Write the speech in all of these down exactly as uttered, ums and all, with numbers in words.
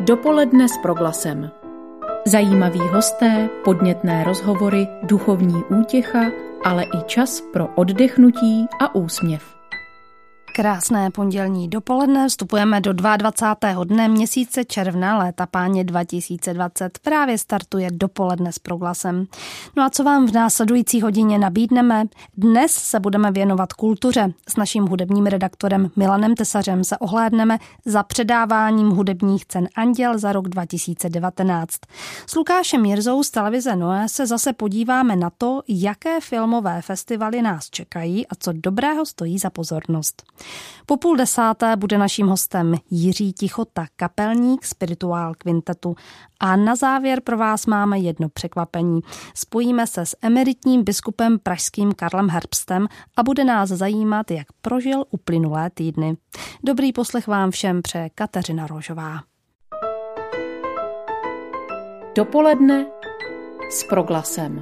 Dopoledne s Proglasem. Zajímaví hosté, podnětné rozhovory, duchovní útěcha, ale i čas pro oddechnutí a úsměv. Krásné pondělní dopoledne, vstupujeme do dvacátého druhého dne měsíce června léta páně dva tisíce dvacet. Právě startuje Dopoledne s Proglasem. No a co vám v následující hodině nabídneme? Dnes se budeme věnovat kultuře. S naším hudebním redaktorem Milanem Tesařem se ohlédneme za předáváním hudebních cen Anděl za rok dva tisíce devatenáct. S Lukášem Jirzou z televize Noé se zase podíváme na to, jaké filmové festivaly nás čekají a co dobrého stojí za pozornost. Po půl desáté bude naším hostem Jiří Tichota, kapelník Spirituál Quintetu. A na závěr pro vás máme jedno překvapení. Spojíme se s emeritním biskupem pražským Karlem Herbstem a bude nás zajímat, jak prožil uplynulé týdny. Dobrý poslech vám všem přeje Kateřina Rožová. Dopoledne s Proglasem.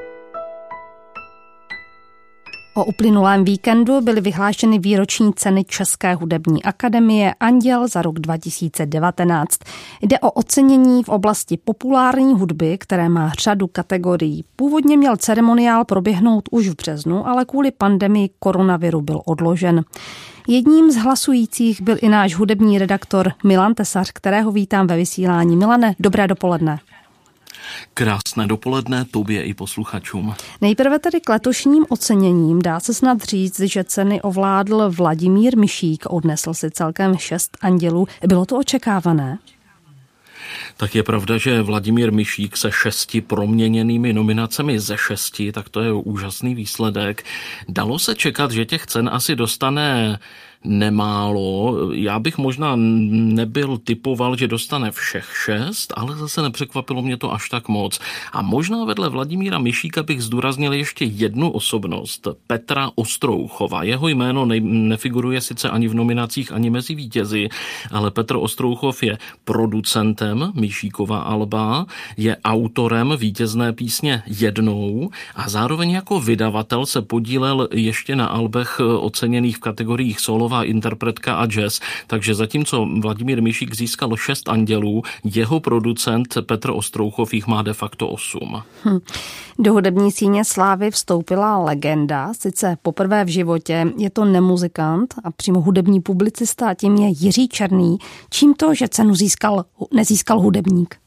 O uplynulém víkendu byly vyhlášeny výroční ceny České hudební akademie Anděl za rok dva tisíce devatenáct. Jde o ocenění v oblasti populární hudby, které má řadu kategorií. Původně měl ceremoniál proběhnout už v březnu, ale kvůli pandemii koronaviru byl odložen. Jedním z hlasujících byl i náš hudební redaktor Milan Tesař, kterého vítám ve vysílání. Milane, dobré dopoledne. Krásné dopoledne tobě i posluchačům. Nejprve tedy k letošním oceněním dá se snad říct, že ceny ovládl Vladimír Mišík, odnesl si celkem šest andělů. Bylo to očekávané? Tak je pravda, že Vladimír Mišík se šesti proměněnými nominacemi ze šesti, tak to je úžasný výsledek. Dalo se čekat, že těch cen asi dostane nemálo. Já bych možná nebyl typoval, že dostane všech šest, ale zase nepřekvapilo mě to až tak moc. A možná vedle Vladimíra Mišíka bych zdůraznil ještě jednu osobnost, Petra Ostrouchova. Jeho jméno ne- nefiguruje sice ani v nominacích, ani mezi vítězi, ale Petr Ostrouchov je producentem Mišíkova alba, je autorem vítězné písně Jednou a zároveň jako vydavatel se podílel ještě na albech oceněných v kategoriích solová interpretka a jazz. Takže zatímco Vladimír Mišík získal šest andělů, jeho producent Petr Ostrouchov jich má de facto osm. Hm. Do hudební síně slávy vstoupila legenda, sice poprvé v životě, je to nemuzikant a přímo hudební publicista, tím je Jiří Černý. Čím to, že cenu získal, nezískal hudebník?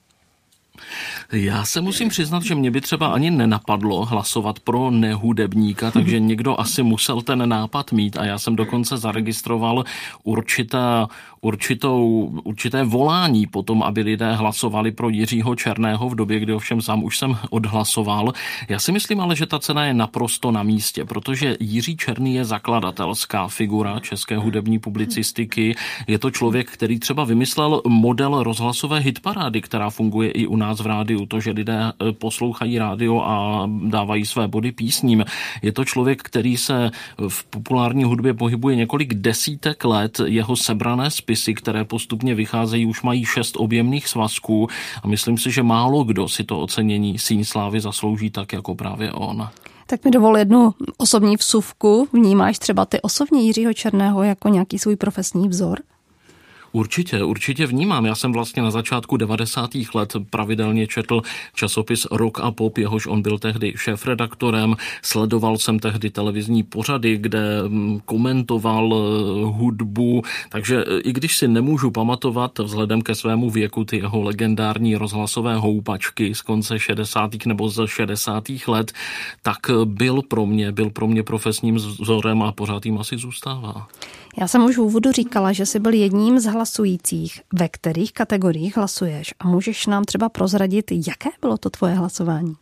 Já se musím přiznat, že mě by třeba ani nenapadlo hlasovat pro nehudebníka, takže někdo asi musel ten nápad mít a já jsem dokonce zaregistroval určitá, určitou, určité volání potom, aby lidé hlasovali pro Jiřího Černého v době, kdy ovšem sám už jsem odhlasoval. Já si myslím ale, že ta cena je naprosto na místě, protože Jiří Černý je zakladatelská figura české hudební publicistiky. Je to člověk, který třeba vymyslel model rozhlasové hitparády, která funguje i u nás v rádiu, to, že lidé poslouchají rádio a dávají své body písním. Je to člověk, který se v populární hudbě pohybuje několik desítek let. Jeho sebrané spisy, které postupně vycházejí, už mají šest objemných svazků a myslím si, že málo kdo si to ocenění Síň slávy zaslouží tak, jako právě on. Tak mi dovol jednu osobní vsuvku. Vnímáš třeba ty osobně Jiřího Černého jako nějaký svůj profesní vzor? Určitě, určitě vnímám. Já jsem vlastně na začátku devadesátých let pravidelně četl časopis Rock a Pop, jehož on byl tehdy šéfredaktorem. Sledoval jsem tehdy televizní pořady, kde komentoval hudbu, takže i když si nemůžu pamatovat vzhledem ke svému věku ty jeho legendární rozhlasové houpačky z konce šedesátých nebo ze šedesátých let, tak byl pro mě, byl pro mě profesním vzorem a pořád jim asi zůstává. Já jsem už v úvodu říkala, že jsi byl jedním z hlasujících. Ve kterých kategoriích hlasuješ? A můžeš nám třeba prozradit, jaké bylo to tvoje hlasování?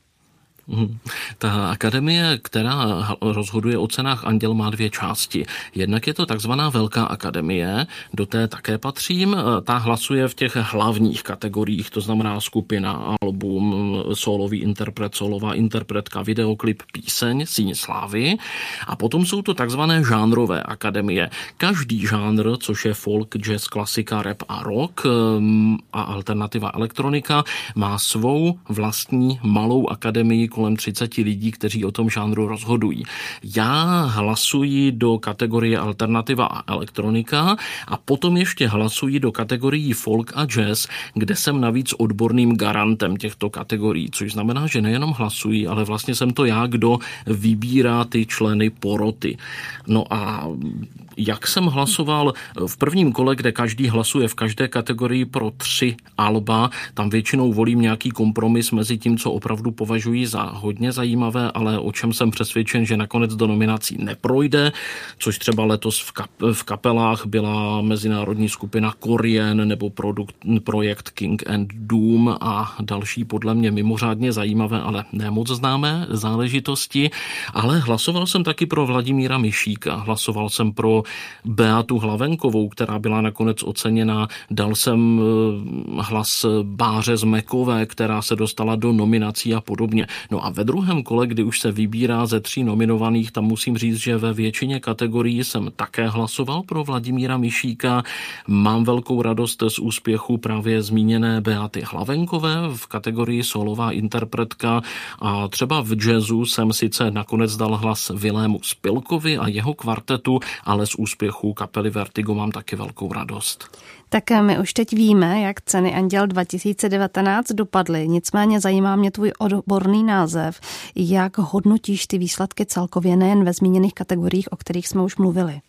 Ta akademie, která rozhoduje o cenách Anděl, má dvě části. Jednak je to takzvaná Velká akademie, do té také patřím. Ta hlasuje v těch hlavních kategoriích, to znamená skupina, album, solový interpret, solová interpretka, videoklip, píseň, Síň slávy. A potom jsou to takzvané žánrové akademie. Každý žánr, což je folk, jazz, klasika, rap a rock a alternativa elektronika, má svou vlastní malou akademii kolem třicet lidí, kteří o tom žánru rozhodují. Já hlasuji do kategorie alternativa a elektronika a potom ještě hlasuji do kategorií folk a jazz, kde jsem navíc odborným garantem těchto kategorií, což znamená, že nejenom hlasuji, ale vlastně jsem to já, kdo vybírá ty členy poroty. No a jak jsem hlasoval v prvním kole, kde každý hlasuje v každé kategorii pro tři alba, tam většinou volím nějaký kompromis mezi tím, co opravdu považuji za hodně zajímavé, ale o čem jsem přesvědčen, že nakonec do nominací neprojde, což třeba letos v, kap- v kapelách byla mezinárodní skupina Korien nebo produkt, projekt King and Doom a další podle mě mimořádně zajímavé, ale nemoc známé záležitosti. Ale hlasoval jsem taky pro Vladimíra Mišíka, hlasoval jsem pro Beatu Hlavenkovou, která byla nakonec oceněna. Dal jsem hlas Báře Zmekové, která se dostala do nominací a podobně. No a ve druhém kole, kdy už se vybírá ze tří nominovaných, tam musím říct, že ve většině kategorií jsem také hlasoval pro Vladimíra Mišíka. Mám velkou radost z úspěchu právě zmíněné Beaty Hlavenkové v kategorii solová interpretka a třeba v jazzu jsem sice nakonec dal hlas Vilému Spilkovi a jeho kvartetu, ale z úspěchu kapely Vertigo mám taky velkou radost. Tak my už teď víme, jak ceny Anděl dva tisíce devatenáct dopadly, nicméně zajímá mě tvůj odborný název. Jak hodnotíš ty výsledky celkově nejen ve zmíněných kategoriích, o kterých jsme už mluvili?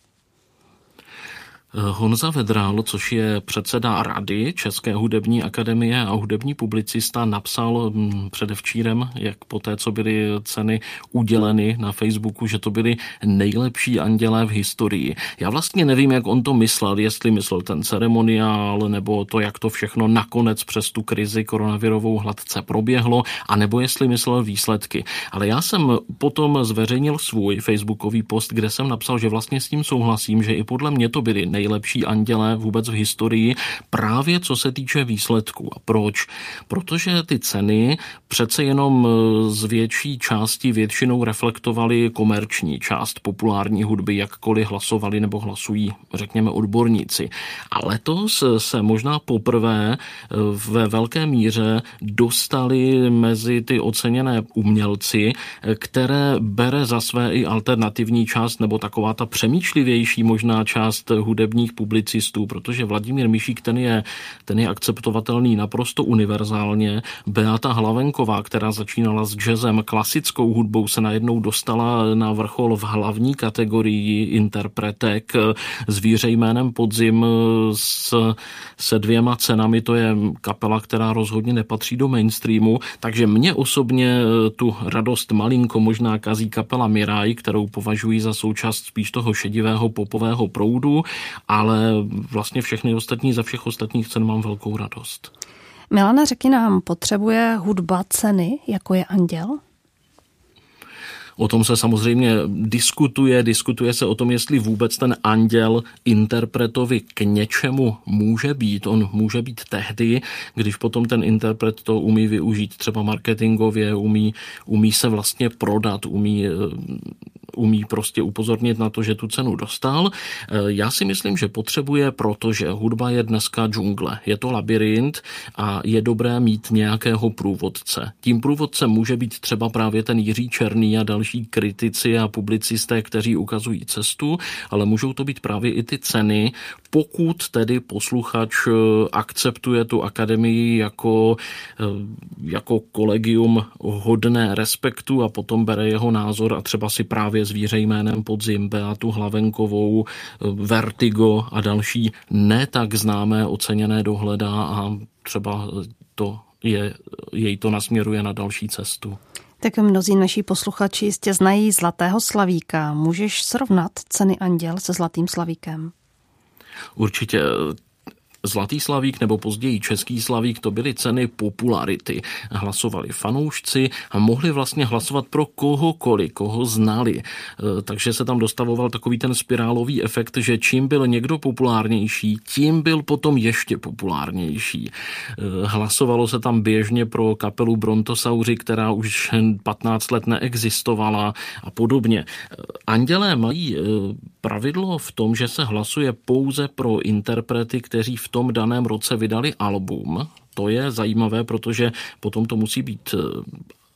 Honza Vedral, což je předseda Rady České hudební akademie a hudební publicista, napsal předevčírem, jak poté, co byly ceny uděleny na Facebooku, že to byly nejlepší andělé v historii. Já vlastně nevím, jak on to myslel, jestli myslel ten ceremoniál, nebo to, jak to všechno nakonec přes tu krizi koronavirovou hladce proběhlo, anebo jestli myslel výsledky. Ale já jsem potom zveřejnil svůj facebookový post, kde jsem napsal, že vlastně s tím souhlasím, že i podle mě to byly nejlepší andělé vůbec v historii, právě co se týče výsledků. A proč? Protože ty ceny přece jenom z větší části většinou reflektovaly komerční část populární hudby, jakkoliv hlasovali nebo hlasují, řekněme, odborníci. A letos se možná poprvé ve velké míře dostali mezi ty oceněné umělci, které bere za své i alternativní část nebo taková ta přemýšlivější možná část hudebních publicistů, protože Vladimír Mišík, ten je, ten je akceptovatelný naprosto univerzálně. Beata Hlavenková, která začínala s jazzem, klasickou hudbou, se najednou dostala na vrchol v hlavní kategorii interpretek. Zvíře jménem Podzim s, se dvěma cenami, to je kapela, která rozhodně nepatří do mainstreamu, takže mě osobně tu radost malinko možná kazí kapela Miraj, kterou považuji za součást spíš toho šedivého popového proudu, ale vlastně všechny ostatní, za všech ostatních cen mám velkou radost. Milana, řekni nám, potřebuje hudba ceny, jako je Anděl? O tom se samozřejmě diskutuje, diskutuje se o tom, jestli vůbec ten anděl interpretovi k něčemu může být. On může být tehdy, když potom ten interpret to umí využít třeba marketingově, umí, umí se vlastně prodat, umí umí prostě upozornit na to, že tu cenu dostal. Já si myslím, že potřebuje, protože hudba je dneska džungle. Je to labyrint a je dobré mít nějakého průvodce. Tím průvodcem může být třeba právě ten Jiří Černý a další kritici a publicisté, kteří ukazují cestu, ale můžou to být právě i ty ceny, pokud tedy posluchač akceptuje tu akademii jako, jako kolegium hodné respektu a potom bere jeho názor a třeba si právě Zvíře jménem Podzim, Beatu Hlavenkovou, Vertigo a další ne tak známé oceněné dohledá a třeba to je, jej to nasměruje na další cestu. Tak mnozí naši posluchači jistě znají Zlatého slavíka. Můžeš srovnat ceny Anděl se Zlatým slavíkem? Určitě. Zlatý slavík nebo později Český slavík, to byly ceny popularity. Hlasovali fanoušci a mohli vlastně hlasovat pro kohokoliv, koho znali. Takže se tam dostavoval takový ten spirálový efekt, že čím byl někdo populárnější, tím byl potom ještě populárnější. Hlasovalo se tam běžně pro kapelu Brontosauři, která už patnáct let neexistovala a podobně. Andělé mají pravidlo v tom, že se hlasuje pouze pro interprety, kteří v tom daném roce vydali album. To je zajímavé, protože potom to musí být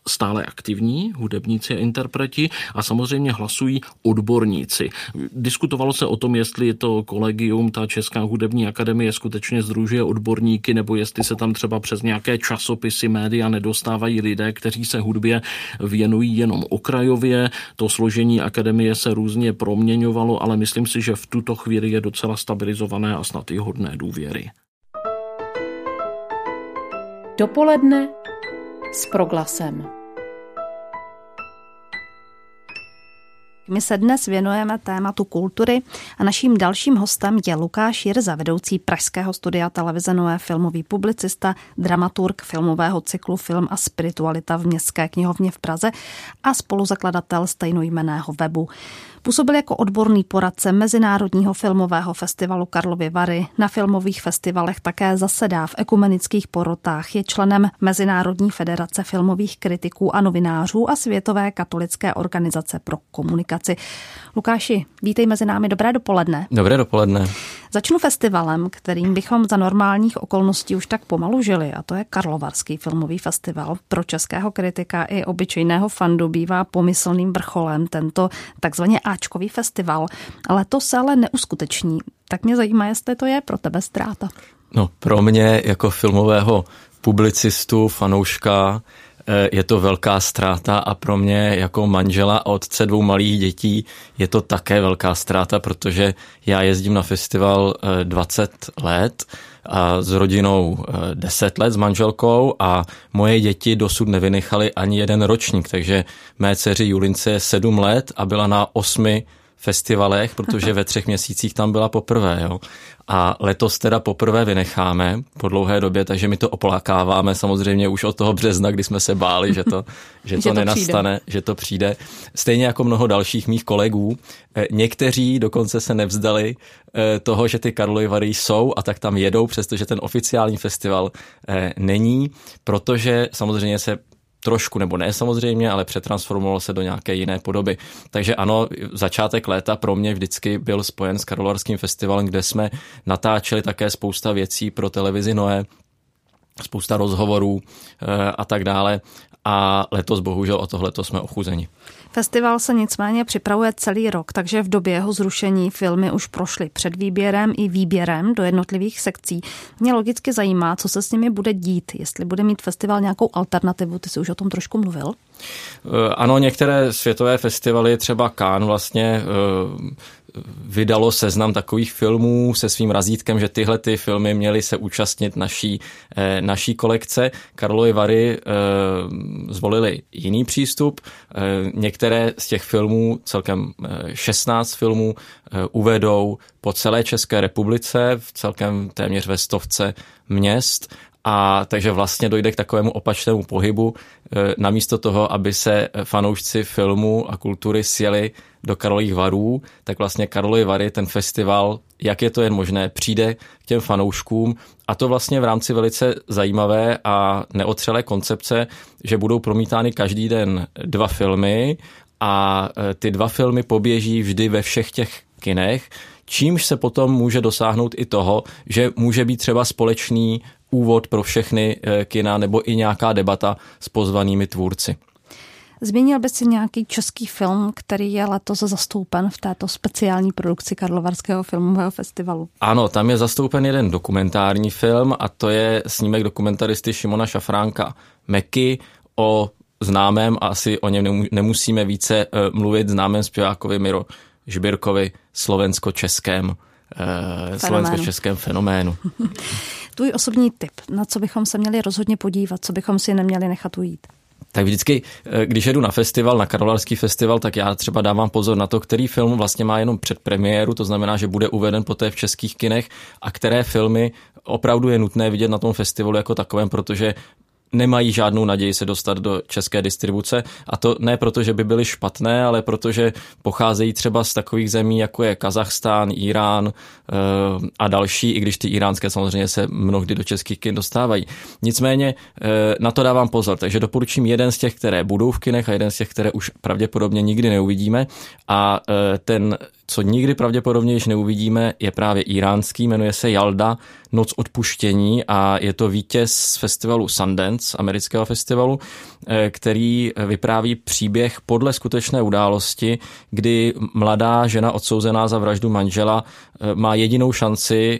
stále aktivní hudebníci a interpreti a samozřejmě hlasují odborníci. Diskutovalo se o tom, jestli to kolegium, ta Česká hudební akademie skutečně sdružuje odborníky, nebo jestli se tam třeba přes nějaké časopisy, média nedostávají lidé, kteří se hudbě věnují jenom okrajově. To složení akademie se různě proměňovalo, ale myslím si, že v tuto chvíli je docela stabilizované a snad i hodné důvěry. Dopoledne s Proglasem. My se dnes věnujeme tématu kultury a naším dalším hostem je Lukáš Jirza, vedoucí pražského studia televize Nové, filmový publicista, dramaturg filmového cyklu Film a spiritualita v Městské knihovně v Praze a spoluzakladatel stejnojmenného webu. Působil jako odborný poradce Mezinárodního filmového festivalu Karlovy Vary, na filmových festivalech také zasedá v ekumenických porotách, je členem Mezinárodní federace filmových kritiků a novinářů a Světové katolické organizace pro komunikaci. Lukáši, vítej mezi námi, dobré dopoledne. Dobré dopoledne. Začnu festivalem, kterým bychom za normálních okolností už tak pomalu žili, a to je Karlovarský filmový festival. Pro českého kritika i obyčejného fandu bývá pomyslným vrcholem tento takzvaně áčkový festival. Letos se ale neuskuteční. Tak mě zajímá, jestli to je pro tebe ztráta. No, pro mě jako filmového publicistu, fanouška, je to velká ztráta a pro mě jako manžela a otce dvou malých dětí je to také velká ztráta, protože já jezdím na festival dvacet let a s rodinou deset let s manželkou a moje děti dosud nevynechaly ani jeden ročník, takže mé dceři Julince je sedm let a byla na osmi festivalech, protože ve třech měsících tam byla poprvé. Jo. A letos teda poprvé vynecháme po dlouhé době, takže my to opolákáváme samozřejmě už od toho března, kdy jsme se báli, že to, že to, že to nenastane, přijde. že to přijde. Stejně jako mnoho dalších mých kolegů. Někteří dokonce se nevzdali toho, že ty Karlovy Vary jsou a tak tam jedou, přestože ten oficiální festival není, protože samozřejmě se trošku, nebo ne samozřejmě, ale přetransformovalo se do nějaké jiné podoby. Takže ano, začátek léta pro mě vždycky byl spojen s Karlovarským festivalem, kde jsme natáčeli také spousta věcí pro televizi Noé, spousta rozhovorů a tak dále. A letos bohužel o tohleto jsme ochuzeni. Festival se nicméně připravuje celý rok, takže v době jeho zrušení filmy už prošly výběrem i výběrem do jednotlivých sekcí. Mě logicky zajímá, co se s nimi bude dít, jestli bude mít festival nějakou alternativu, ty jsi už o tom trošku mluvil. Ano, některé světové festivaly, třeba Cannes vlastně vydalo seznam takových filmů se svým razítkem, že tyhle ty filmy měly se účastnit naší, naší kolekce. Karlovy Vary zvolili jiný přístup. Některé z těch filmů, celkem šestnáct filmů, uvedou po celé České republice, v celkem téměř ve stovce měst. A takže vlastně dojde k takovému opačnému pohybu. Namísto toho, aby se fanoušci filmu a kultury sjeli do Karlových Varů, tak vlastně Karlovy Vary, ten festival, jak je to jen možné, přijde k těm fanouškům a to vlastně v rámci velice zajímavé a neotřelé koncepce, že budou promítány každý den dva filmy a ty dva filmy poběží vždy ve všech těch kinech, čímž se potom může dosáhnout i toho, že může být třeba společný úvod pro všechny kina nebo i nějaká debata s pozvanými tvůrci. Zmínil by si nějaký český film, který je letos zastoupen v této speciální produkci Karlovarského filmového festivalu? Ano, tam je zastoupen jeden dokumentární film a to je snímek dokumentaristy Šimona Šafránka Meky o známém, a asi o něm nemusíme více mluvit, známém zpěvákovi Miro Žbirkovi, slovensko-českém fenoménu. slovensko-českém fenoménu. Tvůj osobní tip, na co bychom se měli rozhodně podívat, co bychom si neměli nechat ujít? Tak vždycky, když jedu na festival, na Karlovarský festival, tak já třeba dávám pozor na to, který film vlastně má jenom předpremiéru, to znamená, že bude uveden poté v českých kinech a které filmy opravdu je nutné vidět na tom festivalu jako takovém, protože nemají žádnou naději se dostat do české distribuce a to ne proto, že by byly špatné, ale protože pocházejí třeba z takových zemí, jako je Kazachstán, Irán a další, i když ty iránské samozřejmě se mnohdy do českých kin dostávají. Nicméně na to dávám pozor, takže doporučím jeden z těch, které budou v kinech a jeden z těch, které už pravděpodobně nikdy neuvidíme a ten, co nikdy pravděpodobně již neuvidíme, je právě iránský, jmenuje se Jalda, Noc odpuštění a je to vítěz z festivalu Sundance Sundance, amerického festivalu, který vypráví příběh podle skutečné události, kdy mladá žena odsouzená za vraždu manžela má jedinou šanci,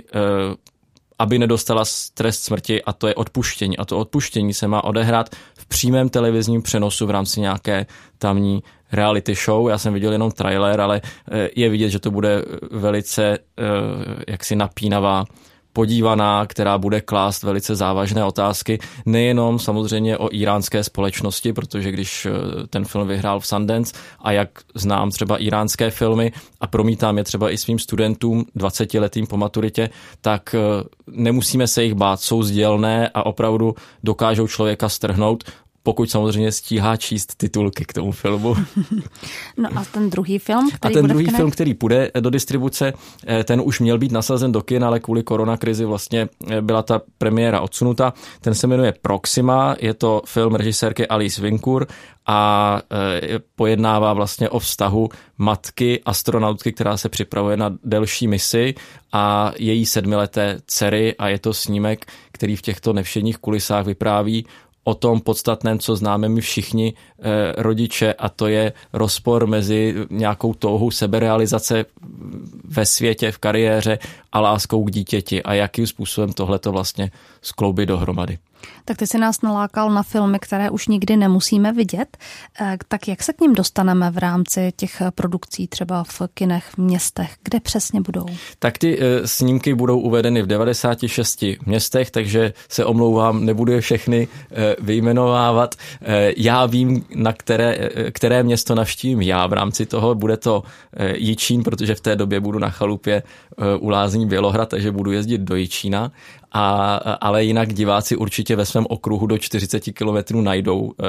aby nedostala trest smrti, a to je odpuštění. A to odpuštění se má odehrát v přímém televizním přenosu v rámci nějaké tamní reality show. Já jsem viděl jenom trailer, ale je vidět, že to bude velice jaksi napínavá podívaná, která bude klást velice závažné otázky, nejenom samozřejmě o iránské společnosti, protože když ten film vyhrál v Sundance a jak znám třeba iránské filmy a promítám je třeba i svým studentům dvacetiletým po maturitě, tak nemusíme se jich bát, jsou sdělné a opravdu dokážou člověka strhnout, pokud samozřejmě stíhá číst titulky k tomu filmu. No a ten druhý film, který A ten bude druhý film, který půjde do distribuce, ten už měl být nasazen do kin, ale kvůli koronakrizi vlastně byla ta premiéra odsunuta. Ten se jmenuje Proxima, je to film režisérky Alice Wincour a pojednává vlastně o vztahu matky astronautky, která se připravuje na delší misi, a její sedmileté dcery, a je to snímek, který v těchto nevšedních kulisách vypráví o tom podstatném, co známe my všichni eh, rodiče, a to je rozpor mezi nějakou touhou seberealizace ve světě, v kariéře a láskou k dítěti, a jakým způsobem tohleto vlastně skloubit dohromady. Tak ty si nás nalákal na filmy, které už nikdy nemusíme vidět. Tak jak se k ním dostaneme v rámci těch produkcí třeba v kinech, v městech? Kde přesně budou? Tak ty snímky budou uvedeny v devadesáti šesti městech, takže se omlouvám, nebudu je všechny vyjmenovávat. Já vím, na které, které město navštívím já v rámci toho. Bude to Jičín, protože v té době budu na chalupě u Lázní Bělohrad, takže budu jezdit do Jičína. A, ale jinak diváci určitě ve svém okruhu do čtyřicet kilometrů najdou e,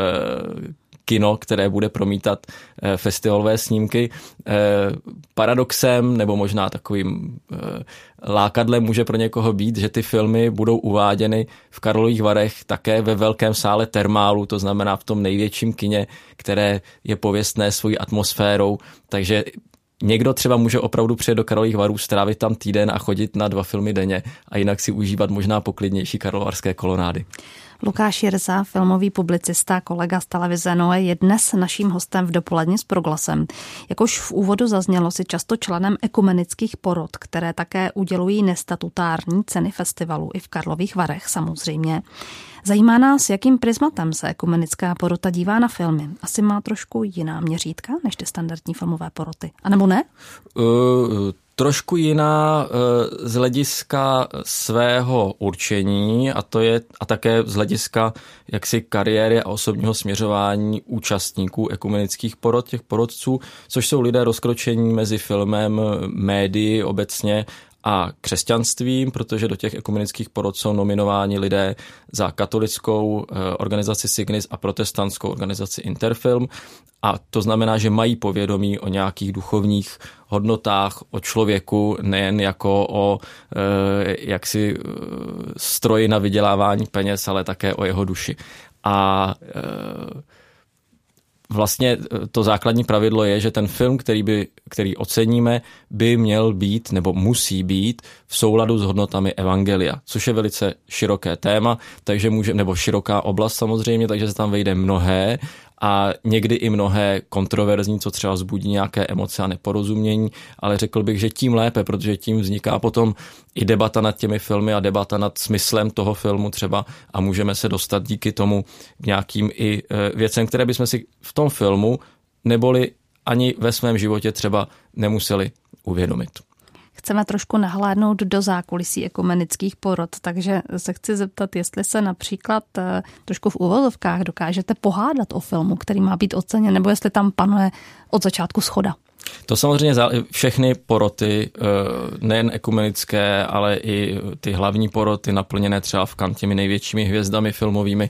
kino, které bude promítat e, festivalové snímky. E, paradoxem, nebo možná takovým e, lákadlem může pro někoho být, že ty filmy budou uváděny v Karlových Varech také ve velkém sále Thermálu, to znamená v tom největším kině, které je pověstné svojí atmosférou, takže někdo třeba může opravdu přijet do Karlových Varů, strávit tam týden a chodit na dva filmy denně a jinak si užívat možná poklidnější karlovarské kolonády. Lukáš Jirsa, filmový publicista, kolega z televize Noe, je dnes naším hostem v Dopoledni s Proglasem. Jak už v úvodu zaznělo, si často členem ekumenických porot, které také udělují nestatutární ceny festivalu i v Karlových Varech samozřejmě. Zajímá nás, jakým prismatem se ekumenická porota dívá na filmy. Asi má trošku jiná měřítka než ty standardní filmové poroty. A nebo ne? Uh, trošku jiná uh, z hlediska svého určení, a to je a také z hlediska jaksi kariéry a osobního směřování účastníků ekumenických porot, těch porotců, což jsou lidé rozkročení mezi filmem, médii obecně a křesťanstvím, protože do těch ekumenických porot jsou nominováni lidé za katolickou organizaci Signis a protestantskou organizaci Interfilm. A to znamená, že mají povědomí o nějakých duchovních hodnotách, o člověku, nejen jako o e, jaksi stroji na vydělávání peněz, ale také o jeho duši. A e, vlastně to základní pravidlo je, že ten film, který, by, který oceníme, by měl být nebo musí být v souladu s hodnotami evangelia, což je velice široké téma, takže může, nebo široká oblast samozřejmě, takže se tam vejde mnohé a někdy i mnohé kontroverzní, co třeba vzbudí nějaké emoce a neporozumění, ale řekl bych, že tím lépe, protože tím vzniká potom i debata nad těmi filmy a debata nad smyslem toho filmu třeba a můžeme se dostat díky tomu k nějakým i věcem, které bychom si v tom filmu neboli ani ve svém životě třeba nemuseli uvědomit. Chceme trošku nahlédnout do zákulisí ekumenických porot, takže se chci zeptat, jestli se například trošku v uvozovkách dokážete pohádat o filmu, který má být oceněn, nebo jestli tam panuje od začátku shoda. To samozřejmě všechny poroty, nejen ekumenické, ale i ty hlavní poroty, naplněné třeba v Cannes těmi největšími hvězdami filmovými,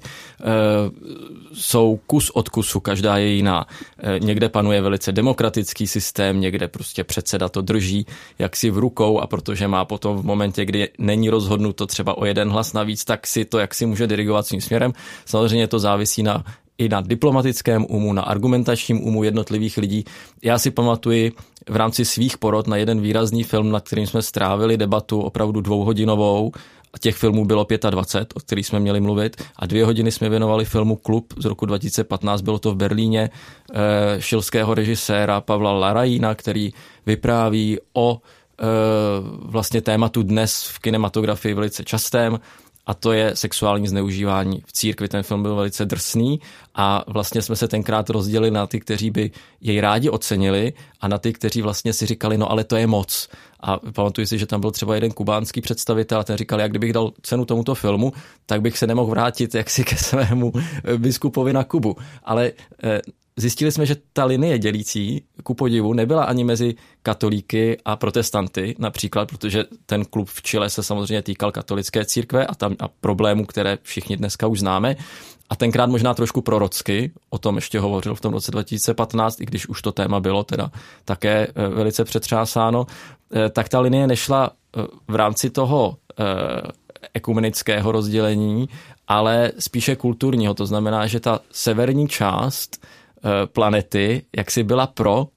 jsou kus od kusu, každá je jiná. Někde panuje velice demokratický systém, někde prostě předseda to drží jaksi v rukou a protože má potom v momentě, kdy není rozhodnuto třeba o jeden hlas navíc, tak si to jaksi může dirigovat svým směrem. Samozřejmě to závisí na i na diplomatickém umu, na argumentačním umu jednotlivých lidí. Já si pamatuji v rámci svých porot na jeden výrazný film, nad kterým jsme strávili debatu opravdu dvouhodinovou těch filmů bylo dvacet pět, o kterých jsme měli mluvit, a dvě hodiny jsme věnovali filmu Klub z roku dva tisíce patnáct, bylo to v Berlíně, šilského režiséra Pavla Larajína, který vypráví o vlastně tématu dnes v kinematografii velice častém, a to je sexuální zneužívání v církvi. Ten film byl velice drsný a vlastně jsme se tenkrát rozdělili na ty, kteří by jej rádi ocenili, a na ty, kteří vlastně si říkali, no ale to je moc. A pamatuju si, že tam byl třeba jeden kubánský představitel a ten říkal, jak kdybych dal cenu tomuto filmu, tak bych se nemohl vrátit jaksi ke svému biskupovi na Kubu. Ale eh, zjistili jsme, že ta linie dělící, ku podivu, nebyla ani mezi katolíky a protestanty, například, protože ten klub v Chile se samozřejmě týkal katolické církve a tam a problémů, které všichni dneska už známe. A tenkrát možná trošku prorocky, o tom ještě hovořil v tom roce dva tisíce patnáct, i když už to téma bylo teda také velice přetřásáno, tak ta linie nešla v rámci toho ekumenického rozdělení, ale spíše kulturního. To znamená, že ta severní část planety, jak si byla pro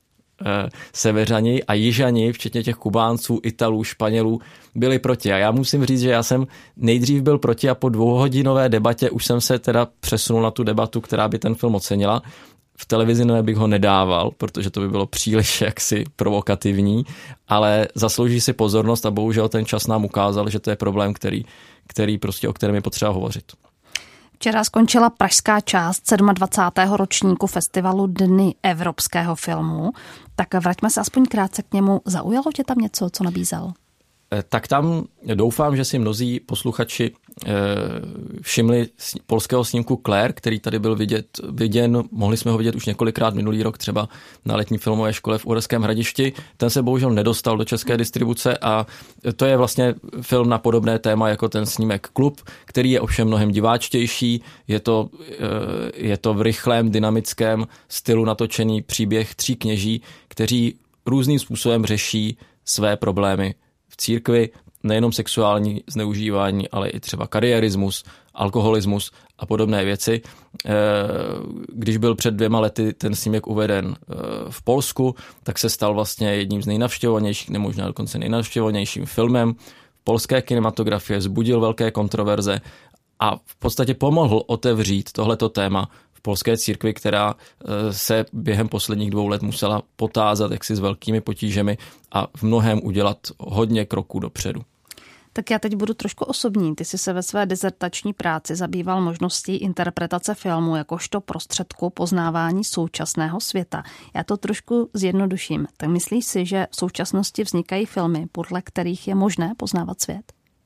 Severani a Jižani, včetně těch Kubánců, Italů, Španělů, byli proti. A já musím říct, že já jsem nejdřív byl proti a po dvouhodinové debatě už jsem se teda přesunul na tu debatu, která by ten film ocenila. V televizi bych ho nedával, protože to by bylo příliš jaksi provokativní, ale zaslouží si pozornost a bohužel ten čas nám ukázal, že to je problém, který, který prostě, o kterém je potřeba hovořit. Včera skončila pražská část dvacátého sedmého ročníku festivalu Dny evropského filmu. Tak vraťme se aspoň krátce k němu. Zaujalo tě tam něco, co nabízel? Tak tam doufám, že si mnozí posluchači všimli polského snímku Claire, který tady byl vidět, viděn, mohli jsme ho vidět už několikrát minulý rok, třeba na letní filmové škole v Uherském Hradišti. Ten se bohužel nedostal do české distribuce a to je vlastně film na podobné téma jako ten snímek Klub, který je ovšem mnohem diváčtější. Je to, je to v rychlém, dynamickém stylu natočený příběh tří kněží, kteří různým způsobem řeší své problémy v církvi, nejenom sexuální zneužívání, ale i třeba kariérismus, alkoholismus a podobné věci. Když byl před dvěma lety ten snímek uveden v Polsku, tak se stal vlastně jedním z nejnavštěvovanějších, nebo možná dokonce nejnavštěvovanějším filmem v polské kinematografie, vzbudil velké kontroverze a v podstatě pomohl otevřít tohleto téma v polské církvi, která se během posledních dvou let musela potázat jaksi s velkými potížemi a v mnohém udělat hodně kroků dopředu. Tak já teď budu trošku osobní. Ty jsi se ve své dizertační práci zabýval možností interpretace filmu jakožto prostředku poznávání současného světa. Já to trošku zjednoduším. Tak myslíš si, že v současnosti vznikají filmy, podle kterých je možné poznávat svět?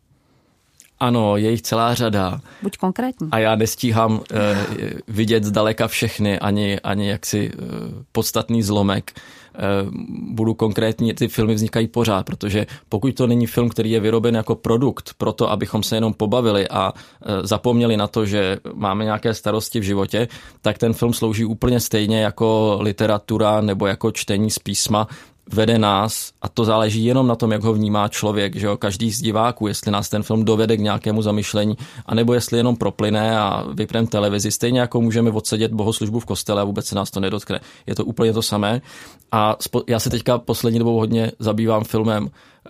Ano, je jich celá řada. Buď konkrétní. A já nestíhám eh, vidět zdaleka všechny, ani, ani jaksi eh, podstatný zlomek. Eh, budu konkrétní, ty filmy vznikají pořád, protože pokud to není film, který je vyroben jako produkt pro to, abychom se jenom pobavili a eh, zapomněli na to, že máme nějaké starosti v životě, tak ten film slouží úplně stejně jako literatura nebo jako čtení z písma, vede nás, a to záleží jenom na tom, jak ho vnímá člověk, že jo, každý z diváků, jestli nás ten film dovede k nějakému zamyšlení, anebo jestli jenom proplyne a vypneme televizi, stejně jako můžeme odsedět bohoslužbu v kostele a vůbec se nás to nedotkne. Je to úplně to samé. A já se teďka poslední dobou hodně zabývám filmem uh,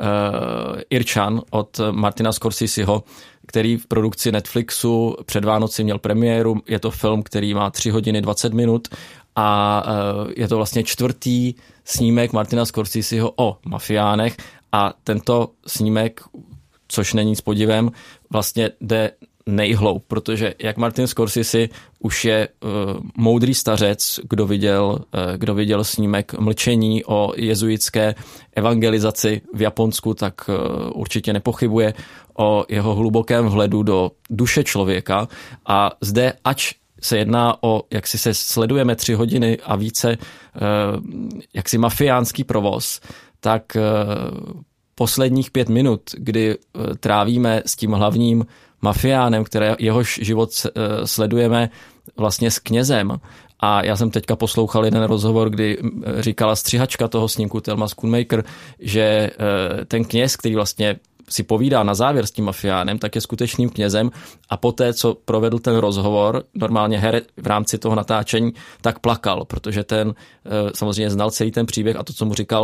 Irčan od Martina Scorseseho, který v produkci Netflixu před Vánoci měl premiéru. Je to film, který má tři hodiny dvacet minut a uh, je to vlastně čtvrtý snímek Martina Scorseseho o mafiánech a tento snímek, což není s podivem, vlastně jde nejhloub, protože jak Martin Scorsese už je uh, moudrý stařec, kdo viděl, uh, kdo viděl snímek Mlčení o jezuitské evangelizaci v Japonsku, tak uh, určitě nepochybuje o jeho hlubokém vhledu do duše člověka a zde, ač se jedná o, jak si se sledujeme tři hodiny a více, jaksi mafiánský provoz, tak posledních pět minut, kdy trávíme s tím hlavním mafiánem, které jehož život sledujeme vlastně s knězem. A já jsem teďka poslouchal jeden rozhovor, kdy říkala střihačka toho snímku Thelma Schoonmaker, že ten kněz, který vlastně si povídá na závěr s tím mafiánem, tak je skutečným knězem a poté, co provedl ten rozhovor, normálně herec v rámci toho natáčení, tak plakal, protože ten samozřejmě znal celý ten příběh a to, co mu říkal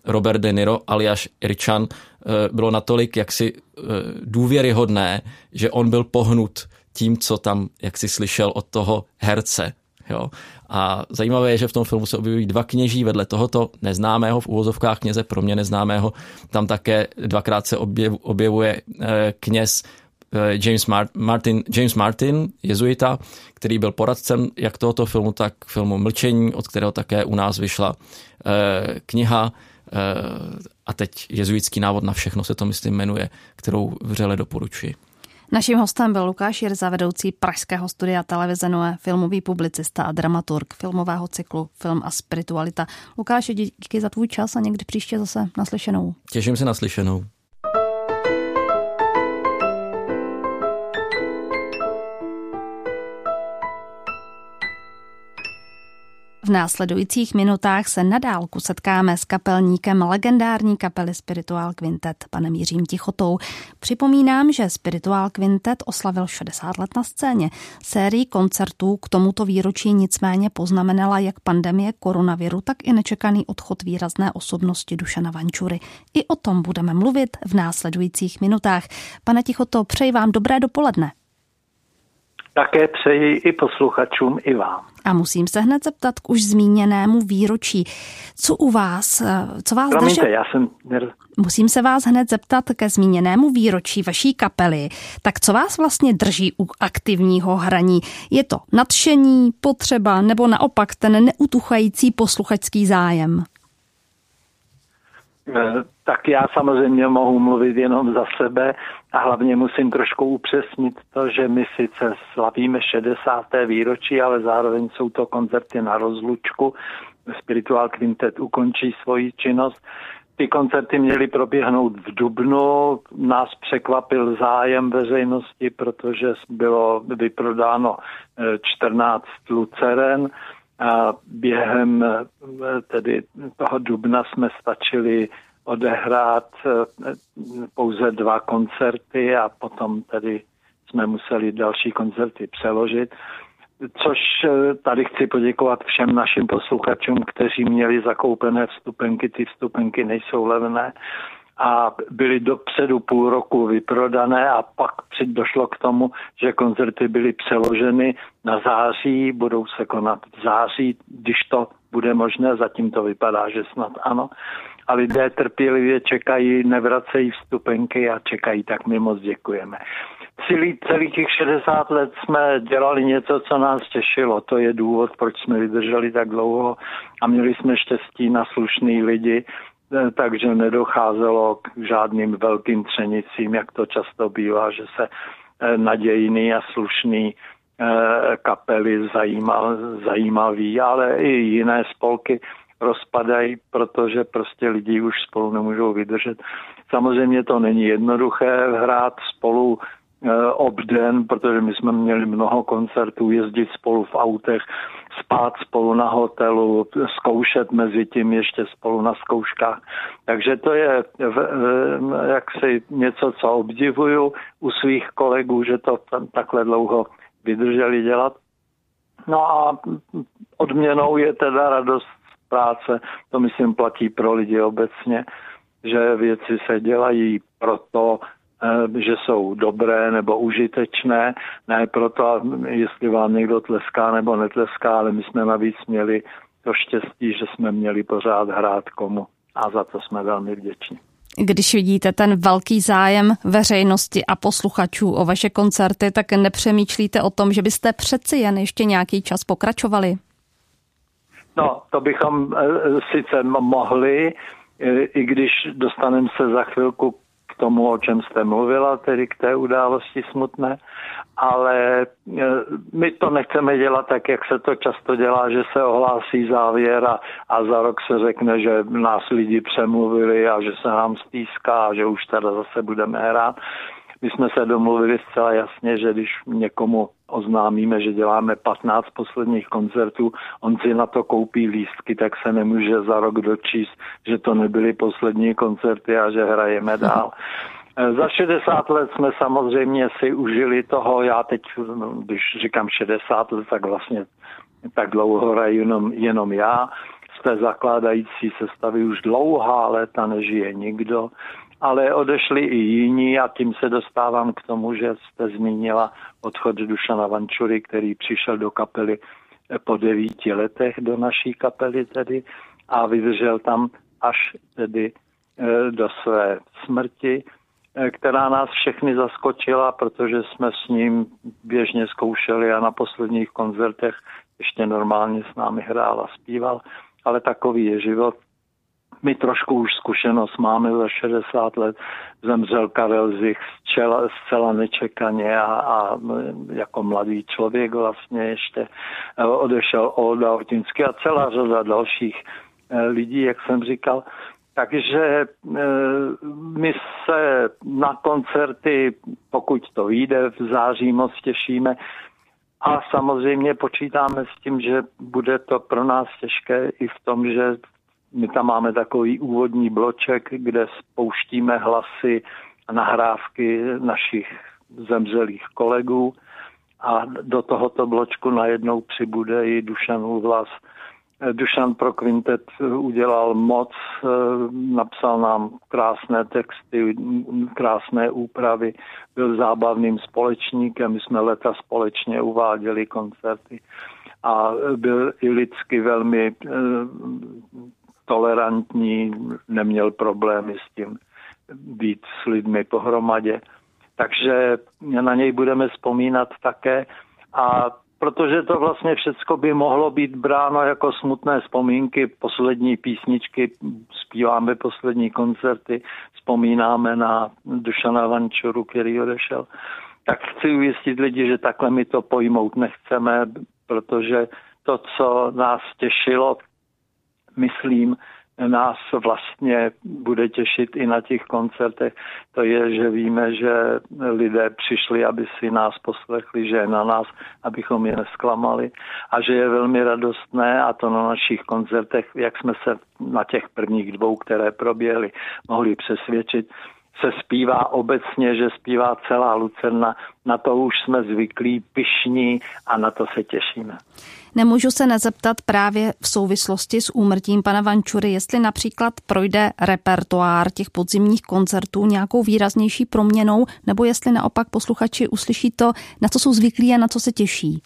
Robert De Niro alias Irčan bylo natolik jaksi důvěryhodné, že on byl pohnut tím, co tam jaksi slyšel od toho herce. Jo. A zajímavé je, že v tom filmu se objevují dva kněží vedle tohoto neznámého, v uvozovkách kněze, pro mě neznámého. Tam také dvakrát se objevuje kněz James Martin, James Martin, jezuita, který byl poradcem jak tohoto filmu, tak filmu Mlčení, od kterého také u nás vyšla kniha a teď jezuitský návod na všechno se to, myslím, jmenuje, kterou vřele doporučuji. Naším hostem byl Lukáš Jirza, vedoucí Pražského studia televize Nové, filmový publicista a dramaturg filmového cyklu Film a spiritualita. Lukáši, díky za tvůj čas a někdy příště zase naslyšenou. Těším se naslyšenou. V následujících minutách se na dálku setkáme s kapelníkem legendární kapely Spiritual Quintet, panem Jiřím Tichotou. Připomínám, že Spiritual Quintet oslavil šedesát let na scéně. Sérii koncertů k tomuto výročí nicméně poznamenala jak pandemie koronaviru, tak i nečekaný odchod výrazné osobnosti Dušana Vančury. I o tom budeme mluvit v následujících minutách. Pane Tichoto, přeji vám dobré dopoledne. Také přeji i posluchačům, i vám. A musím se hned zeptat k už zmíněnému výročí. Co u vás, co vás Promiňte, drže... já jsem... Musím se vás hned zeptat ke zmíněnému výročí vaší kapely. Tak co vás vlastně drží u aktivního hraní? Je to nadšení, potřeba nebo naopak ten neutuchající posluchačský zájem? Tak já samozřejmě mohu mluvit jenom za sebe a hlavně musím trošku upřesnit to, že my sice slavíme šedesáté výročí, ale zároveň jsou to koncerty na rozlučku. Spiritual Quintet ukončí svoji činnost. Ty koncerty měly proběhnout v dubnu. Nás překvapil zájem veřejnosti, protože bylo vyprodáno čtrnáct luceren. A během tedy toho dubna jsme stačili odehrát pouze dva koncerty a potom tedy jsme museli další koncerty přeložit. Což tady chci poděkovat všem našim posluchačům, kteří měli zakoupené vstupenky. Ty vstupenky nejsou levné a byly dopředu půl roku vyprodané a pak došlo k tomu, že koncerty byly přeloženy na září, budou se konat v září, když to bude možné, zatím to vypadá, že snad ano. A lidé trpělivě čekají, nevracejí vstupenky a čekají, tak my moc děkujeme. Celý, celých těch šedesát let jsme dělali něco, co nás těšilo. To je důvod, proč jsme vydrželi tak dlouho a měli jsme štěstí na slušný lidi, takže nedocházelo k žádným velkým třenicím, jak to často bývá, že se nadějný a slušný kapely zajímal, zajímavý, ale i jiné spolky rozpadají, protože prostě lidi už spolu nemůžou vydržet. Samozřejmě to není jednoduché hrát spolu obden, protože my jsme měli mnoho koncertů, jezdit spolu v autech, spát spolu na hotelu, zkoušet mezi tím ještě spolu na zkouškách. Takže to je jaksi něco, co obdivuju u svých kolegů, že to takhle dlouho vydrželi dělat. No a odměnou je teda radost z práce, to myslím platí pro lidi obecně, že věci se dělají proto, že jsou dobré nebo užitečné, ne proto, jestli vám někdo tleská nebo netleská, ale my jsme navíc měli to štěstí, že jsme měli pořád hrát komu a za to jsme velmi vděční. Když vidíte ten velký zájem veřejnosti a posluchačů o vaše koncerty, tak nepřemýšlíte o tom, že byste přeci jen ještě nějaký čas pokračovali? No, to bychom sice mohli, i když dostaneme se za chvilku k tomu, o čem jste mluvila, tedy k té události smutné, ale my to nechceme dělat tak, jak se to často dělá, že se ohlásí závěr a, a za rok se řekne, že nás lidi přemluvili a že se nám stýská a že už teda zase budeme hrát. My jsme se domluvili zcela jasně, že když někomu oznámíme, že děláme patnáct posledních koncertů, on si na to koupí lístky, tak se nemůže za rok dočíst, že to nebyly poslední koncerty a že hrajeme dál. Za šedesát let jsme samozřejmě si užili toho, já teď, když říkám šedesát let, tak vlastně tak dlouho hraju jenom, jenom já. té zakládající sestavy už dlouhá léta nežije nikdo, ale odešli i jiní a tím se dostávám k tomu, že jste zmínila odchod Dušana Vančury, který přišel do kapely po devíti letech, do naší kapely tedy, a vydržel tam až tedy do své smrti, která nás všechny zaskočila, protože jsme s ním běžně zkoušeli a na posledních koncertech ještě normálně s námi hrál a zpíval, ale takový je život. My trošku už zkušenost máme za šedesát let. Zemřel Karel Zich zcela, zcela nečekaně a, a jako mladý člověk vlastně ještě odešel Olda Ortinsky a celá řada dalších lidí, jak jsem říkal. Takže my se na koncerty, pokud to vyjde, v září moc těšíme. A samozřejmě počítáme s tím, že bude to pro nás těžké i v tom, že my tam máme takový úvodní bloček, kde spouštíme hlasy a nahrávky našich zemřelých kolegů a do tohoto bločku najednou přibude i Dušanův hlas. Dušan pro kvintet udělal moc, napsal nám krásné texty, krásné úpravy, byl zábavným společníkem, my jsme leta společně uváděli koncerty a byl i lidsky velmi tolerantní, neměl problémy s tím být s lidmi pohromadě. Takže na něj budeme vzpomínat také a protože to vlastně všecko by mohlo být bráno jako smutné vzpomínky, poslední písničky, zpíváme poslední koncerty, vzpomínáme na Dušana Vančuru, který odešel. Tak chci ujistit lidi, že takhle my to pojmout nechceme, protože to, co nás těšilo, myslím, nás vlastně bude těšit i na těch koncertech. To je, že víme, že lidé přišli, aby si nás poslechli, že je na nás, abychom je nesklamali a že je velmi radostné a to na našich koncertech, jak jsme se na těch prvních dvou, které proběhly, mohli přesvědčit, se zpívá obecně, že zpívá celá Lucerna. Na to už jsme zvyklí, pyšní a na to se těšíme. Nemůžu se nezeptat právě v souvislosti s úmrtím pana Vančury, jestli například projde repertoár těch podzimních koncertů nějakou výraznější proměnou, nebo jestli naopak posluchači uslyší to, na co jsou zvyklí a na co se těší.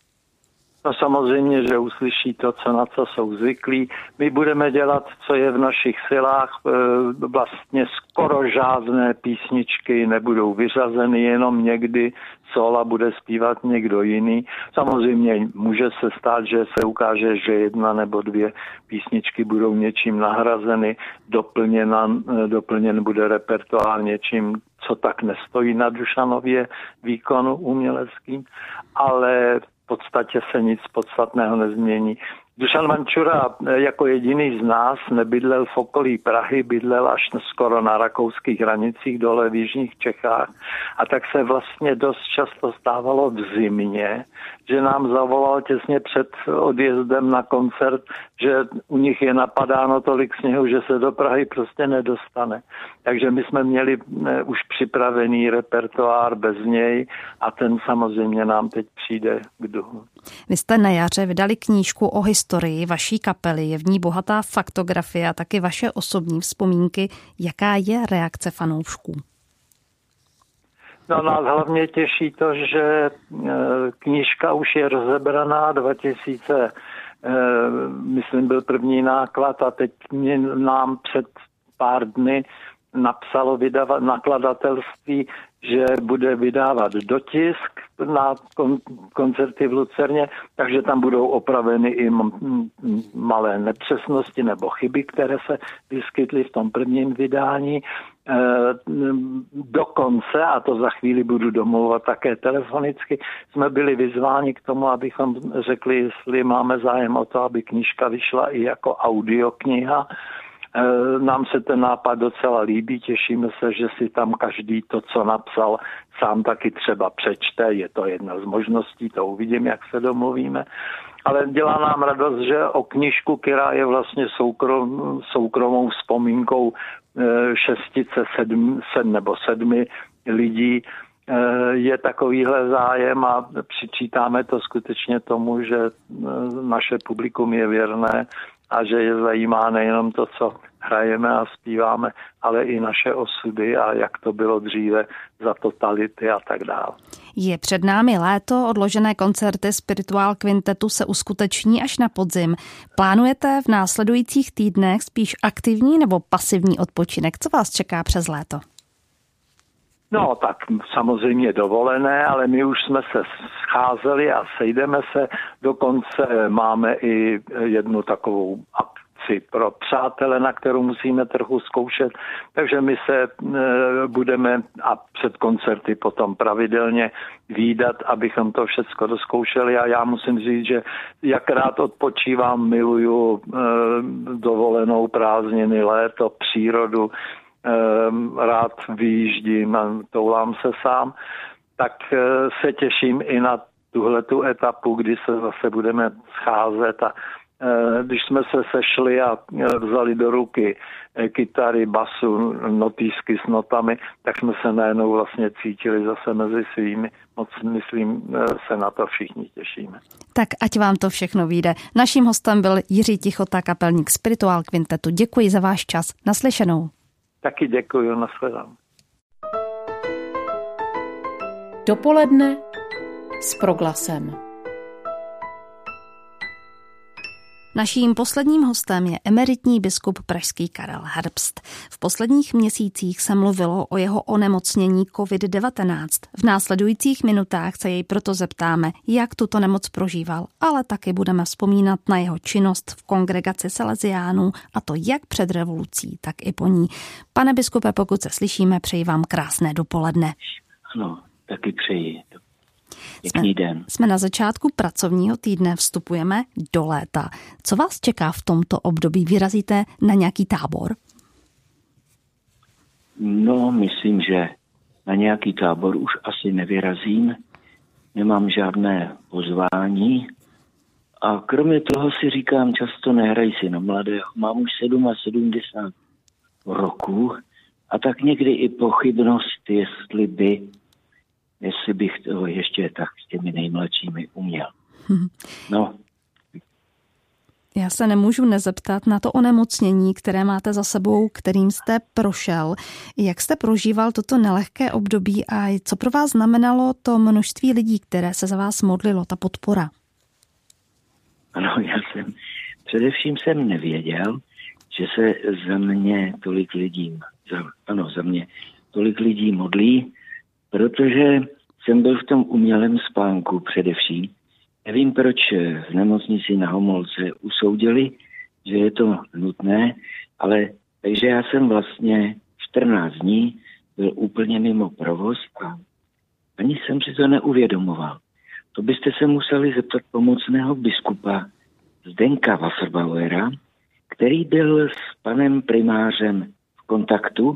No samozřejmě, že uslyší to, co na co jsou zvyklí. My budeme dělat, co je v našich silách. Vlastně skoro žádné písničky nebudou vyřazeny, jenom někdy sóla bude zpívat někdo jiný. Samozřejmě může se stát, že se ukáže, že jedna nebo dvě písničky budou něčím nahrazeny, doplněna, doplněn bude repertoár něčím, co tak nestojí na Dušanově výkonu uměleckým, ale v podstatě se nic podstatného nezmění. Dušan Vančura jako jediný z nás nebydlel v okolí Prahy, bydlel až skoro na rakouských hranicích dole v jižních Čechách a tak se vlastně dost často stávalo v zimě, že nám zavolal těsně před odjezdem na koncert, že u nich je napadáno tolik sněhu, že se do Prahy prostě nedostane. Takže my jsme měli už připravený repertoár bez něj a ten samozřejmě nám teď přijde k duhu. Vy jste na jaře vydali knížku o historii vaší kapely, je v ní bohatá faktografie a taky vaše osobní vzpomínky. Jaká je reakce fanoušků? No, nás hlavně těší to, že knížka už je rozebraná, dva tisíce, myslím, byl první náklad a teď mě nám před pár dny napsalo vydava, nakladatelství, že bude vydávat dotisk na kon, koncerty v Lucerně, takže tam budou opraveny i m, m, malé nepřesnosti nebo chyby, které se vyskytly v tom prvním vydání. E, dokonce, a to za chvíli budu domlouvat také telefonicky, jsme byli vyzváni k tomu, abychom řekli, jestli máme zájem o to, aby knížka vyšla i jako audiokniha. Nám se ten nápad docela líbí, těšíme se, že si tam každý to, co napsal, sám taky třeba přečte, je to jedna z možností, to uvidím, jak se domluvíme. Ale dělá nám radost, že o knížku, která je vlastně soukrom, soukromou vzpomínkou šestice, sedm, sedm nebo sedmi lidí, je takovýhle zájem a přičítáme to skutečně tomu, že naše publikum je věrné a že je zajímá nejenom to, co hrajeme a zpíváme, ale i naše osudy a jak to bylo dříve za totality a tak dále. Je před námi léto, odložené koncerty Spirituál Kvintetu se uskuteční až na podzim. Plánujete v následujících týdnech spíš aktivní nebo pasivní odpočinek? Co vás čeká přes léto? No tak samozřejmě dovolené, ale my už jsme se scházeli a sejdeme se. Dokonce máme i jednu takovou akci pro přátele, na kterou musíme trochu zkoušet. Takže my se e, budeme a před koncerty potom pravidelně vídat, abychom to všecko dozkoušeli. A já musím říct, že jak rád odpočívám, miluju e, dovolenou, prázdniny, léto, přírodu. Rád vyjíždím a toulám se sám, tak se těším i na tuhletu etapu, kdy se zase budeme scházet a když jsme se sešli a vzali do ruky kytary, basu, notýsky s notami, tak jsme se najednou vlastně cítili zase mezi svými. Moc myslím, se na to všichni těšíme. Tak ať vám to všechno vyjde. Naším hostem byl Jiří Tichota, kapelník Spirituál Kvintetu. Děkuji za váš čas. Naslyšenou. Taky děkuji, nashledanou. Dopoledne s Proglasem. Naším posledním hostem je emeritní biskup pražský Karel Herbst. V posledních měsících se mluvilo o jeho onemocnění covid devatenáct. V následujících minutách se jej proto zeptáme, jak tuto nemoc prožíval, ale taky budeme vzpomínat na jeho činnost v kongregaci Salesiánů, a to jak před revolucí, tak i po ní. Pane biskupe, pokud se slyšíme, přeji vám krásné dopoledne. Ano, taky přeji. Pěkný den. Jsme na začátku pracovního týdne, vstupujeme do léta. Co vás čeká v tomto období? Vyrazíte na nějaký tábor? No, myslím, že na nějaký tábor už asi nevyrazím. Nemám žádné pozvání. A kromě toho si říkám, často nehraj si na mladého. Mám už sedmdesát sedm roků a tak někdy i pochybnost, jestli by jestli bych to ještě tak s těmi nejmladšími uměl. No. Já se nemůžu nezeptat na to onemocnění, které máte za sebou, kterým jste prošel. Jak jste prožíval toto nelehké období a co pro vás znamenalo to množství lidí, které se za vás modlilo, ta podpora? Ano, já jsem, především jsem nevěděl, že se za mě tolik lidí, za, ano, za mě tolik lidí modlí, protože jsem byl v tom umělém spánku především. Nevím, proč v nemocnici na Homolce usoudili, že je to nutné, ale takže já jsem vlastně čtrnáct dní byl úplně mimo provoz a ani jsem si to neuvědomoval. To byste se museli zeptat pomocného biskupa Zdenka Wasserbauera, který byl s panem primářem v kontaktu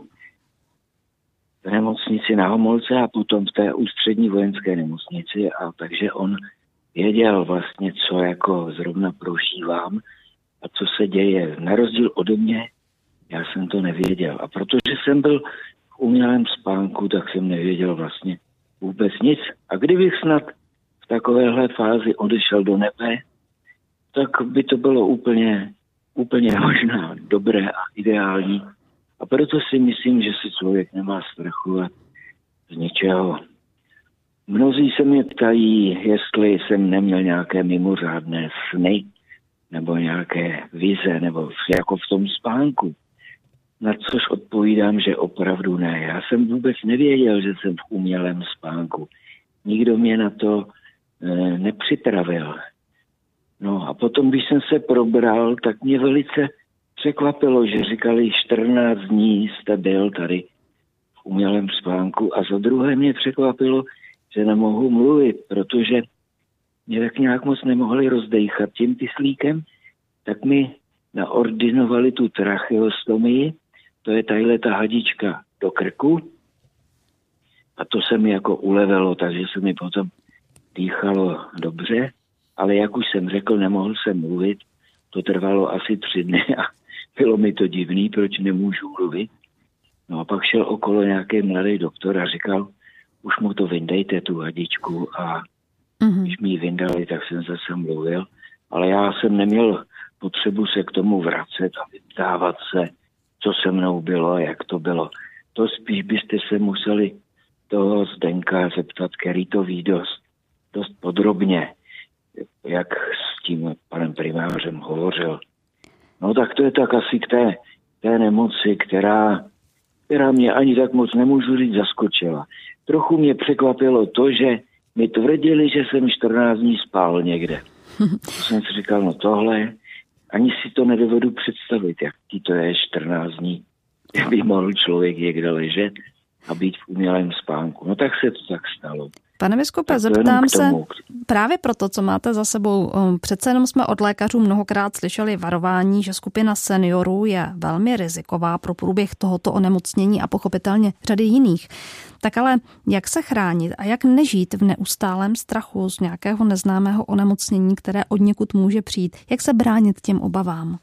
v nemocnici na Homolce a potom v té ústřední vojenské nemocnici, a takže on věděl vlastně, co jako zrovna prožívám a co se děje. Na rozdíl ode mě, já jsem to nevěděl. A protože jsem byl v umělém spánku, tak jsem nevěděl vlastně vůbec nic. A kdybych snad v takovéhle fázi odešel do nebe, tak by to bylo úplně, úplně možná dobré a ideální. A proto si myslím, že si člověk nemá strachovat z ničeho. Mnozí se mě ptají, jestli jsem neměl nějaké mimořádné sny, nebo nějaké vize, nebo jako v tom spánku. Na což odpovídám, že opravdu ne. Já jsem vůbec nevěděl, že jsem v umělém spánku. Nikdo mě na to e, nepřipravil. No a potom, když jsem se probral, tak mě velice překvapilo, že říkali, čtrnáct dní jste byl tady v umělém spánku, a za druhé mě překvapilo, že nemohu mluvit, protože mě tak nějak moc nemohli rozdejchat tím kyslíkem, tak mi naordinovali tu tracheostomii, to je tadyhle ta hadička do krku, a to se mi jako ulevilo, takže se mi potom dýchalo dobře, ale jak už jsem řekl, nemohl jsem mluvit, to trvalo asi tři dny a bylo mi to divný, proč nemůžu mluvit. No a pak šel okolo nějaký mladý doktor a říkal, už mu to vyndejte, tu hadičku, a mm-hmm. když mi ji vyndali, tak jsem zase mluvil, ale já jsem neměl potřebu se k tomu vracet a vyptávat se, co se mnou bylo a jak to bylo. To spíš byste se museli toho Zdenka zeptat, který to ví dost, dost podrobně, jak s tím panem primářem hovořil. No tak to je tak asi k té, té nemoci, která, která mě ani tak moc nemůžu říct zaskočila. Trochu mě překvapilo to, že mi tvrdili, že jsem čtrnáct dní spál někde. To jsem si říkal, no tohle, ani si to nedovedu představit, jak ti to je čtrnáct dní, jak by mohl člověk někde ležet a být v umělém spánku. No tak se to tak stalo. Pane biskupe, zeptám se právě proto, co máte za sebou. Přece jenom jsme od lékařů mnohokrát slyšeli varování, že skupina seniorů je velmi riziková pro průběh tohoto onemocnění a pochopitelně řady jiných. Tak ale jak se chránit a jak nežít v neustálém strachu z nějakého neznámého onemocnění, které odněkud může přijít? Jak se bránit těm obavám?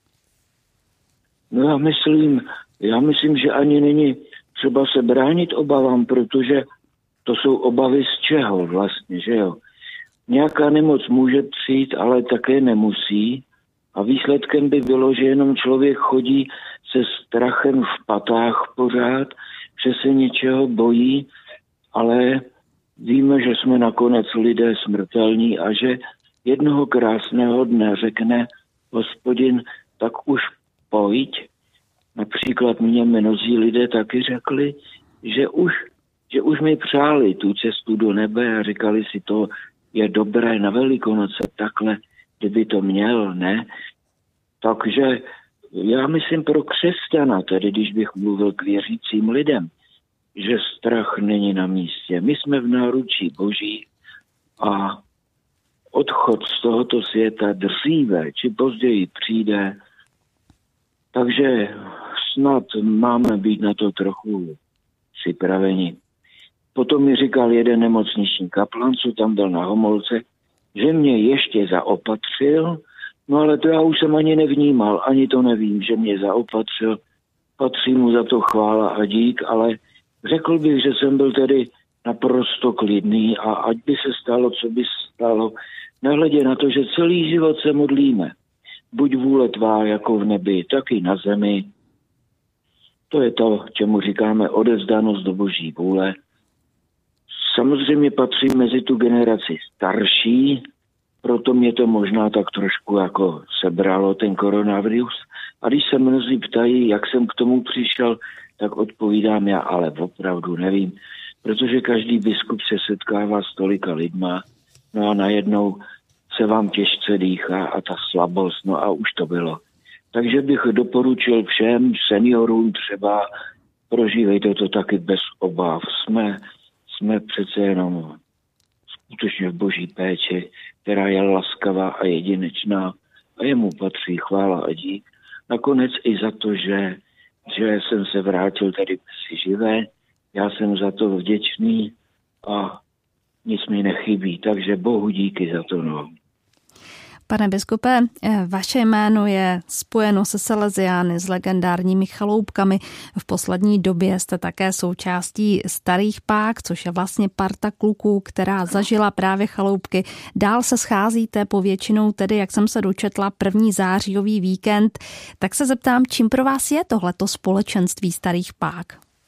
No já myslím, já myslím, že ani není třeba se bránit obavám, protože to jsou obavy z čeho vlastně, že jo? Nějaká nemoc může přijít, ale také nemusí. A výsledkem by bylo, že jenom člověk chodí se strachem v patách pořád, že se něčeho bojí, ale víme, že jsme nakonec lidé smrtelní a že jednoho krásného dne řekne Hospodin, tak už pojď. Například mě mnozí lidé taky řekli, že už že už mi přáli tu cestu do nebe a říkali si, to je dobré na Velikonoce takhle, kdyby to měl, ne? Takže já myslím pro křesťana, tedy když bych mluvil k věřícím lidem, že strach není na místě. My jsme v náručí Boží a odchod z tohoto světa dříve či později přijde, takže snad máme být na to trochu připraveni. Potom mi říkal jeden nemocniční kaplan, co tam byl na Homolce, že mě ještě zaopatřil, no ale to já už jsem ani nevnímal, ani to nevím, že mě zaopatřil. Patří mu za to chvála a dík, ale řekl bych, že jsem byl tedy naprosto klidný a ať by se stalo, co by se stalo, nehledě na to, že celý život se modlíme. Buď vůle tvá jako v nebi, tak i na zemi. To je to, čemu říkáme odevzdanost do Boží vůle. Samozřejmě patří mezi tu generaci starší, proto mě to možná tak trošku jako sebralo ten koronavirus. A když se mnozí ptají, jak jsem k tomu přišel, tak odpovídám já, ale opravdu nevím, protože každý biskup se setkává s tolika lidma, no a najednou se vám těžce dýchá a ta slabost, no a už to bylo. Takže bych doporučil všem seniorům třeba, prožívejte to taky bez obav. Jsme, jsme přece jenom skutečně v Boží péči, která je laskavá a jedinečná a jemu patří chvála a dík. Nakonec i za to, že, že jsem se vrátil tady si živé, já jsem za to vděčný a nic mi nechybí, takže Bohu díky za to. No. Pane biskupe, vaše jméno je spojeno se Salesiány, s legendárními chaloupkami. V poslední době jste také součástí Starých pák, což je vlastně parta kluků, která zažila právě chaloupky. Dál se scházíte povětšinou, tedy, jak jsem se dočetla, první zářijový víkend. Tak se zeptám, čím pro vás je tohleto společenství Starých pák?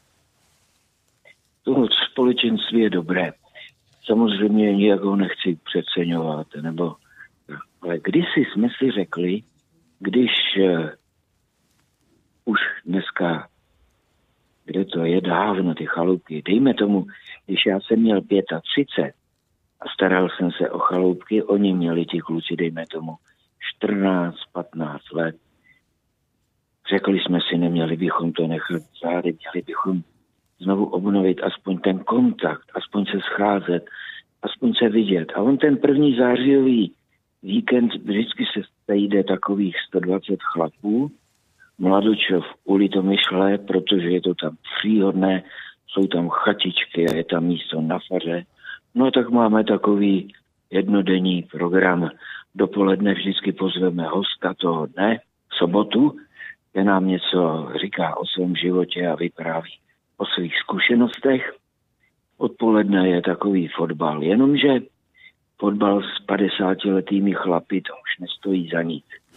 To společenství je dobré. Samozřejmě nijak ho nechci přeceňovat, nebo ale kdysi jsme si řekli, když uh, už dneska, kde to je dávno, ty chaloupky, dejme tomu, když já jsem měl třicet pět a staral jsem se o chaloupky, oni měli ti kluci, dejme tomu, čtrnáct patnáct let. Řekli jsme si, neměli bychom to nechat zády, měli bychom znovu obnovit aspoň ten kontakt, aspoň se scházet, aspoň se vidět. A on ten první zářijový víkend vždycky se sejde takových sto dvacet chlapů, Mladočov u Litomyšle, protože je to tam příhodné, jsou tam chatičky a je tam místo na faře. No tak máme takový jednodenní program. Dopoledne vždycky pozveme hosta toho dne, v sobotu, kde nám něco říká o svém životě a vypráví o svých zkušenostech. Odpoledne je takový fotbal, jenomže fotbal s padesátiletými chlapy, to už nestojí za nic.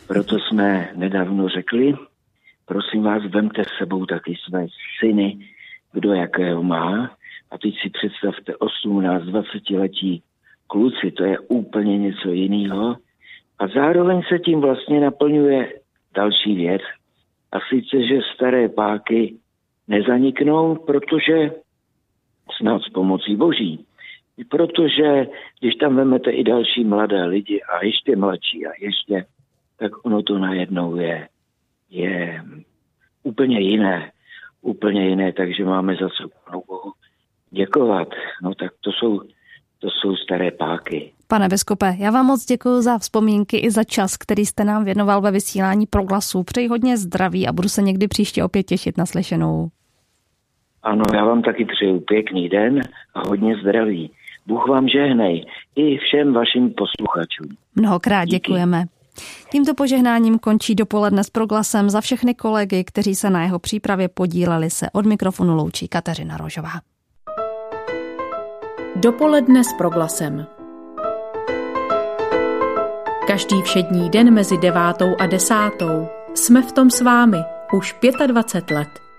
Proto jsme nedávno řekli, prosím vás, vemte s sebou taky své syny, kdo jakého má. A teď si představte osmnáct dvacet letí kluci, to je úplně něco jiného. A zároveň se tím vlastně naplňuje další věc. A sice, že staré páky nezaniknou, protože snad s pomocí Boží. Protože když tam vemete i další mladé lidi a ještě mladší a ještě, tak ono to najednou je, je úplně jiné. Úplně jiné, takže máme za co Pánu Bohu děkovat. No tak to jsou, to jsou staré páky. Pane biskupe, já vám moc děkuji za vzpomínky i za čas, který jste nám věnoval ve vysílání Proglasu. Přeji hodně zdraví a budu se někdy příště opět těšit na slyšenou. Ano, já vám taky přeju pěkný den a hodně zdraví. Bůh vám žehnej i všem vašim posluchačům. Mnohokrát děkujeme. Tímto požehnáním končí dopoledne s Proglasem. Za všechny kolegy, kteří se na jeho přípravě podíleli, se od mikrofonu loučí Kateřina Rožová. Dopoledne s Proglasem. Každý všední den mezi devátou a desátou jsme v tom s vámi už dvacet pět let.